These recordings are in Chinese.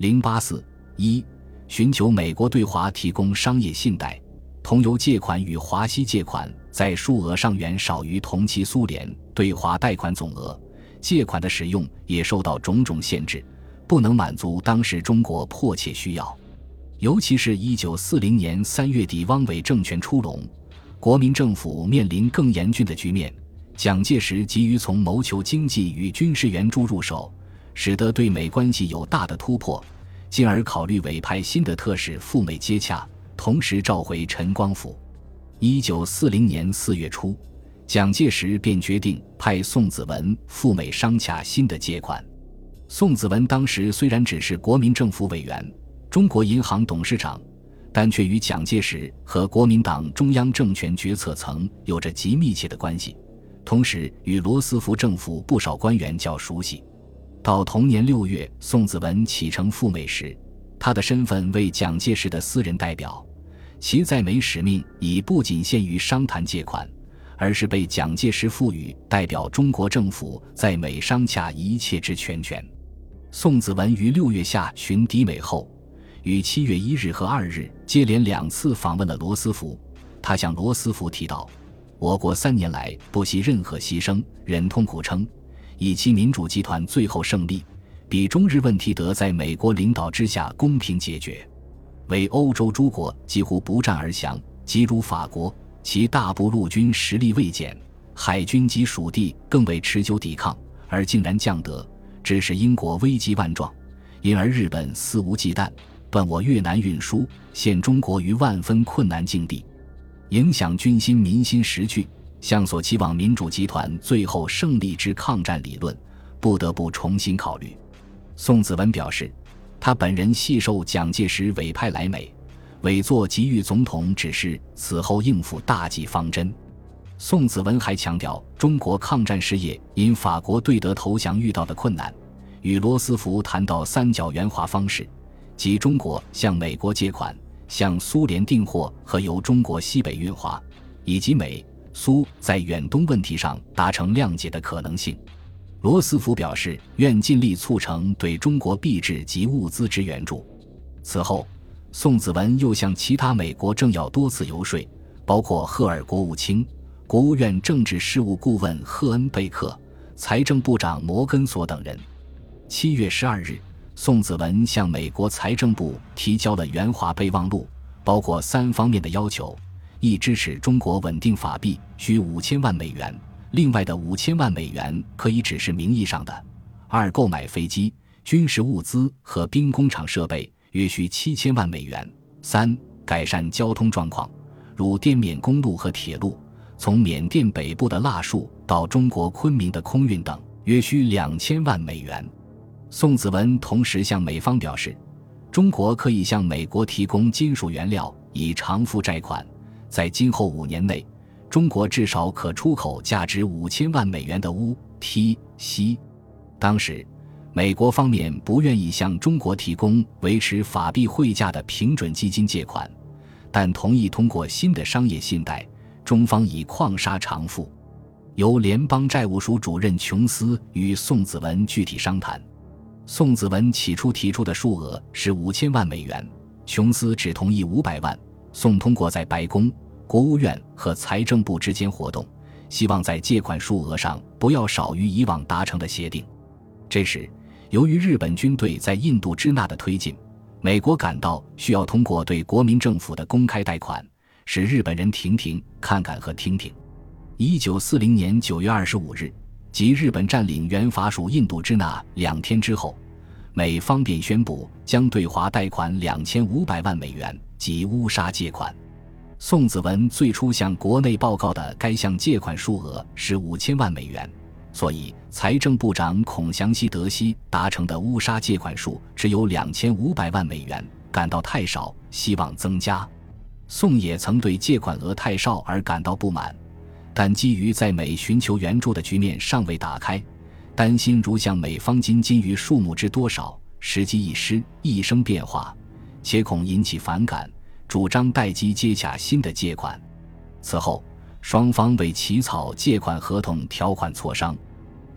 084-1寻求美国对华提供商业信贷，同油借款与华西借款在数额上远少于同期苏联对华贷款总额，借款的使用也受到种种限制，不能满足当时中国迫切需要。尤其是1940年3月底汪伪政权出笼，国民政府面临更严峻的局面，蒋介石急于从谋求经济与军事援助入手，使得对美关系有大的突破，进而考虑委派新的特使赴美接洽，同时召回陈光甫。1940年4月初，蒋介石便决定派宋子文赴美商洽新的借款。宋子文当时虽然只是国民政府委员、中国银行董事长，但却与蒋介石和国民党中央政权决策层有着极密切的关系，同时与罗斯福政府不少官员较熟悉。到同年6月，宋子文启程赴美时，他的身份为蒋介石的私人代表，其在美使命已不仅限于商谈借款，而是被蒋介石赋予代表中国政府在美商洽一切之全权。宋子文于6月下旬抵美后，于7月1日和2日接连2次访问了罗斯福。他向罗斯福提到，我国3年来不惜任何牺牲，忍痛苦撑，以期民主集团最后胜利，比中日问题得在美国领导之下公平解决。为欧洲诸国几乎不战而降，即如法国，其大部陆军实力未减，海军及属地更为持久抵抗，而竟然降德，致使英国危机万状，因而日本肆无忌惮，断我越南运输，陷中国于万分困难境地，影响军心民心时局，向所期望民主集团最后胜利之抗战理论不得不重新考虑。宋子文表示，他本人系受蒋介石委派来美，委作给予总统指示，此后应付大计方针。宋子文还强调中国抗战事业因法国对德投降遇到的困难，与罗斯福谈到三角援华方式，即中国向美国借款，向苏联订货和由中国西北运华，以及美苏在远东问题上达成谅解的可能性。罗斯福表示愿尽力促成对中国币制及物资之援助。此后，宋子文又向其他美国政要多次游说，包括赫尔国务卿、国务院政治事务顾问赫恩贝克、财政部长摩根索等人。7月12日，宋子文向美国财政部提交了援华备忘录，包括3方面的要求：一、支持中国稳定法币，需5000万美元，另外的5000万美元可以只是名义上的；二、购买飞机、军事物资和兵工厂设备，约需7000万美元；三、改善交通状况，如滇缅公路和铁路，从缅甸北部的腊戍到中国昆明的空运等，约需2000万美元。宋子文同时向美方表示，中国可以向美国提供金属原料以偿付债款，在今后5年内，中国至少可出口价值5000万美元的钨、锑、锡。当时美国方面不愿意向中国提供维持法币汇价的平准基金借款，但同意通过新的商业信贷，中方以矿砂偿付。由联邦债务署主任琼斯与宋子文具体商谈。宋子文起初提出的数额是5000万美元，琼斯只同意500万。宋通过在白宫、国务院和财政部之间活动，希望在借款数额上不要少于以往达成的协定。这时，由于日本军队在印度支那的推进，美国感到需要通过对国民政府的公开贷款，使日本人停停看看和听听。1940年9月25日，即日本占领原法属印度支那2天之后，美方便宣布将对华贷款2500万美元，即乌沙借款。宋子文最初向国内报告的该项借款数额是5000万美元，所以财政部长孔祥熙德西达成的乌沙借款数只有2500万美元，感到太少，希望增加。宋也曾对借款额太少而感到不满，但基于在美寻求援助的局面尚未打开，担心如向美方金于数目之多少，时机一失，一生变化，且恐引起反感，主张待机接洽新的借款。此后，双方为起草借款合同条款磋商。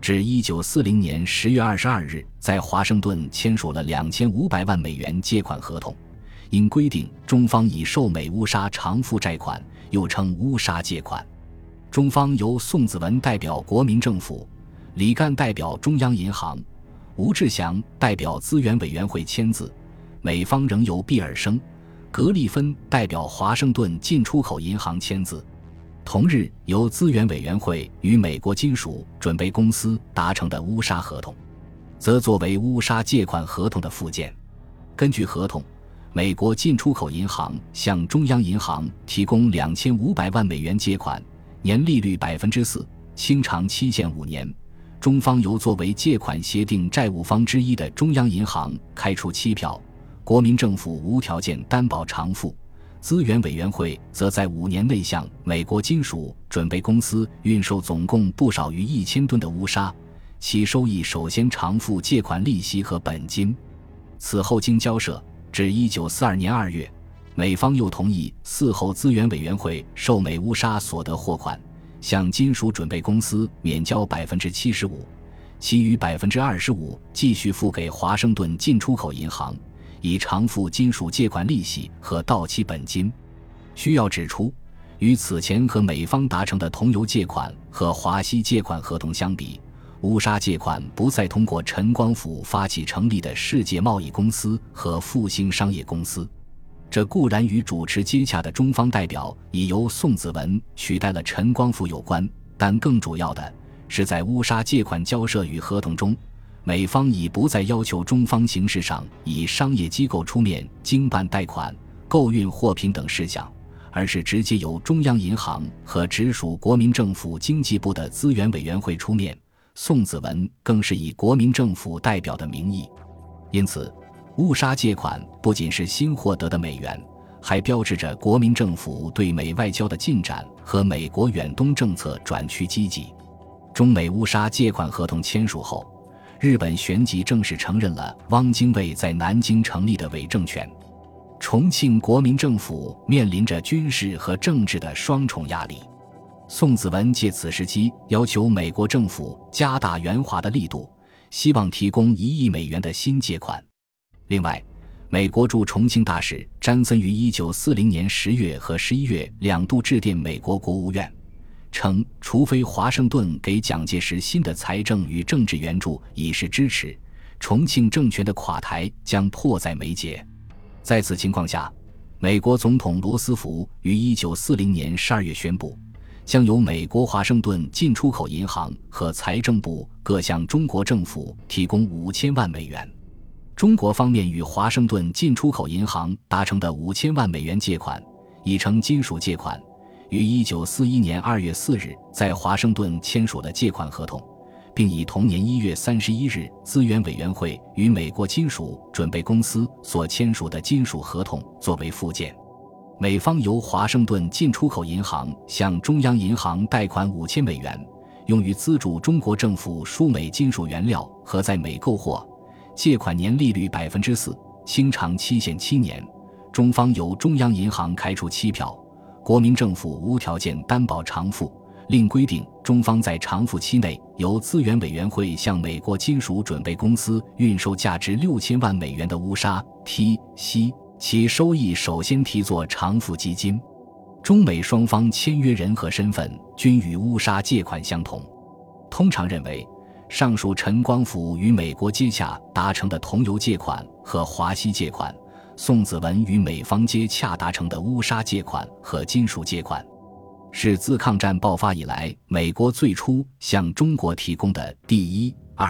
至1940年10月22日在华盛顿签署了2500万美元借款合同，因规定中方已受美乌沙偿付债款，又称乌沙借款。中方由宋子文代表国民政府，李干代表中央银行，吴志祥代表资源委员会签字，美方仍由毕尔生、格利芬代表华盛顿进出口银行签字。同日，由资源委员会与美国金属准备公司达成的乌沙合同，则作为乌沙借款合同的附件。根据合同，美国进出口银行向中央银行提供2500万美元借款，年利率 4%， 清偿期限5年。中方由作为借款协定债务方之一的中央银行开出期票，国民政府无条件担保偿付。资源委员会则在5年内向美国金属准备公司运售总共不少于1000吨的乌沙，其收益首先偿付借款利息和本金。此后经交涉，至1942年2月，美方又同意嗣后资源委员会售美乌沙所得货款，向金属准备公司免交 75%， 其余 25% 继续付给华盛顿进出口银行，以偿付金属借款利息和到期本金。需要指出，与此前和美方达成的同油借款和华西借款合同相比，乌沙借款不再通过陈光甫发起成立的世界贸易公司和复兴商业公司。这固然与主持接洽的中方代表已由宋子文取代了陈光甫有关，但更主要的是在乌沙借款交涉与合同中，美方已不再要求中方形式上以商业机构出面经办贷款、购运货品等事项，而是直接由中央银行和直属国民政府经济部的资源委员会出面，宋子文更是以国民政府代表的名义。因此，乌沙借款不仅是新获得的美元，还标志着国民政府对美外交的进展和美国远东政策转趋积极。中美乌沙借款合同签署后，日本旋即正式承认了汪精卫在南京成立的伪政权。重庆国民政府面临着军事和政治的双重压力。宋子文借此时机要求美国政府加大援华的力度，希望提供1亿美元的新借款。另外，美国驻重庆大使詹森于1940年10月和11月2度致电美国国务院，称除非华盛顿给蒋介石新的财政与政治援助以示支持，重庆政权的垮台将迫在眉睫。在此情况下，美国总统罗斯福于1940年12月宣布，将由美国华盛顿进出口银行和财政部各向中国政府提供5000万美元。中国方面与华盛顿进出口银行达成的5000万美元借款，已成金属借款，于1941年2月4日在华盛顿签署了借款合同，并以同年1月31日资源委员会与美国金属准备公司所签署的金属合同作为附件。美方由华盛顿进出口银行向中央银行贷款5000美元，用于资助中国政府输美金属原料和在美购货，借款年利率 4%， 清偿期限7年。中方由中央银行开出期票，国民政府无条件担保偿付，另规定中方在偿付期内由资源委员会向美国金属准备公司运售价值6000万美元的乌沙 T.C， 其收益首先提作偿付基金。中美双方签约人和身份均与乌沙借款相同。通常认为，上述陈光甫与美国接洽达成的同油借款和华西借款，宋子文与美方接洽达成的乌沙借款和金属借款，是自抗战爆发以来美国最初向中国提供的第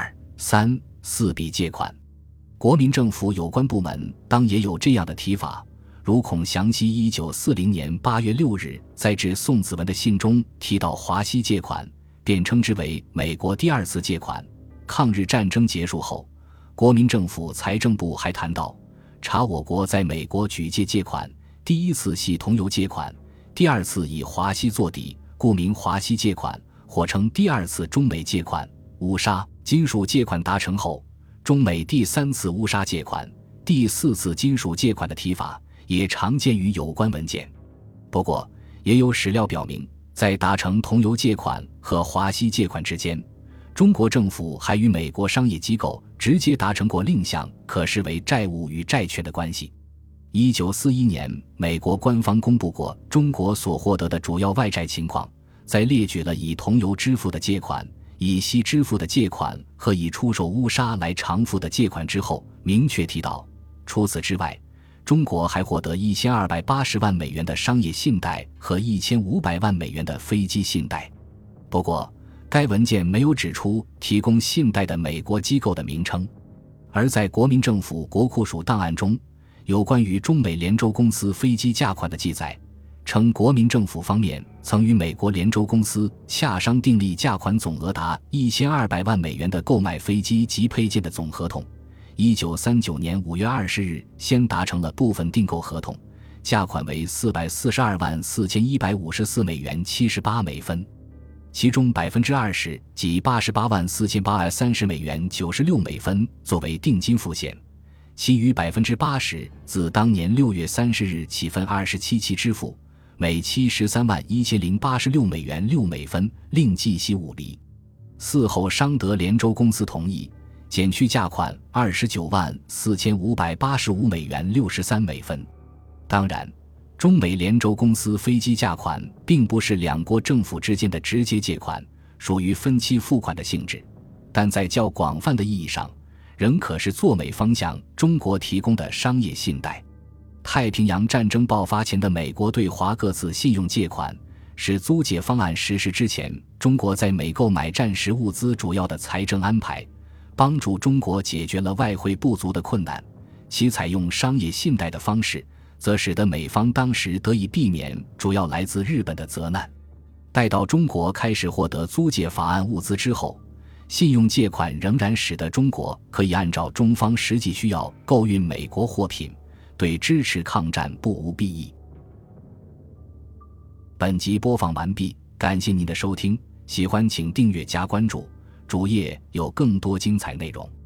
1、2、3、4笔借款。国民政府有关部门当也有这样的提法，如孔祥熙1940年8月6日在致宋子文的信中提到华西借款，便称之为美国第2次借款。抗日战争结束后，国民政府财政部还谈到，查我国在美国举借款，第1次系同油借款，第2次以华西作底，故名华西借款，或称第2次中美借款。乌沙金属借款达成后，中美第3次乌沙借款、第4次金属借款的提法也常见于有关文件。不过，也有史料表明，在达成同油借款和华西借款之间， 中国政府还与美国商业机构直接达成过另项可视为债务与债券的关系。1941年，美国官方公布过中国所获得的主要外债情况，在列举了以桐油支付的借款、以锡支付的借款和以出售乌纱来偿付的借款之后，明确提到，除此之外，中国还获得1280万美元的商业信贷和1500万美元的飞机信贷。不过，该文件没有指出提供信贷的美国机构的名称，而在国民政府国库署档案中，有关于中美联州公司飞机价款的记载，称国民政府方面曾与美国联州公司洽商订立价款总额达1200万美元的购买飞机及配件的总合同。1939年5月20日先达成了部分订购合同，价款为442万4154美元78美分，其中 20% 即88万4830美元96美分作为定金付现，其余 80% 自当年6月30日起分27期支付，每期13万1086美元6美分，另计息5厘。嗣后商德联州公司同意减去价款29万4585美元63美分。当然，中美联州公司飞机价款并不是两国政府之间的直接借款，属于分期付款的性质，但在较广泛的意义上，仍可是做美方向中国提供的商业信贷。太平洋战争爆发前的美国对华各自信用借款，是租借方案实施之前中国在美购买战时物资主要的财政安排，帮助中国解决了外汇不足的困难。其采用商业信贷的方式，则使得美方当时得以避免主要来自日本的责难。待到中国开始获得租借法案物资之后，信用借款仍然使得中国可以按照中方实际需要购运美国货品，对支持抗战不无裨益。本集播放完毕，感谢您的收听，喜欢请订阅加关注，主页有更多精彩内容。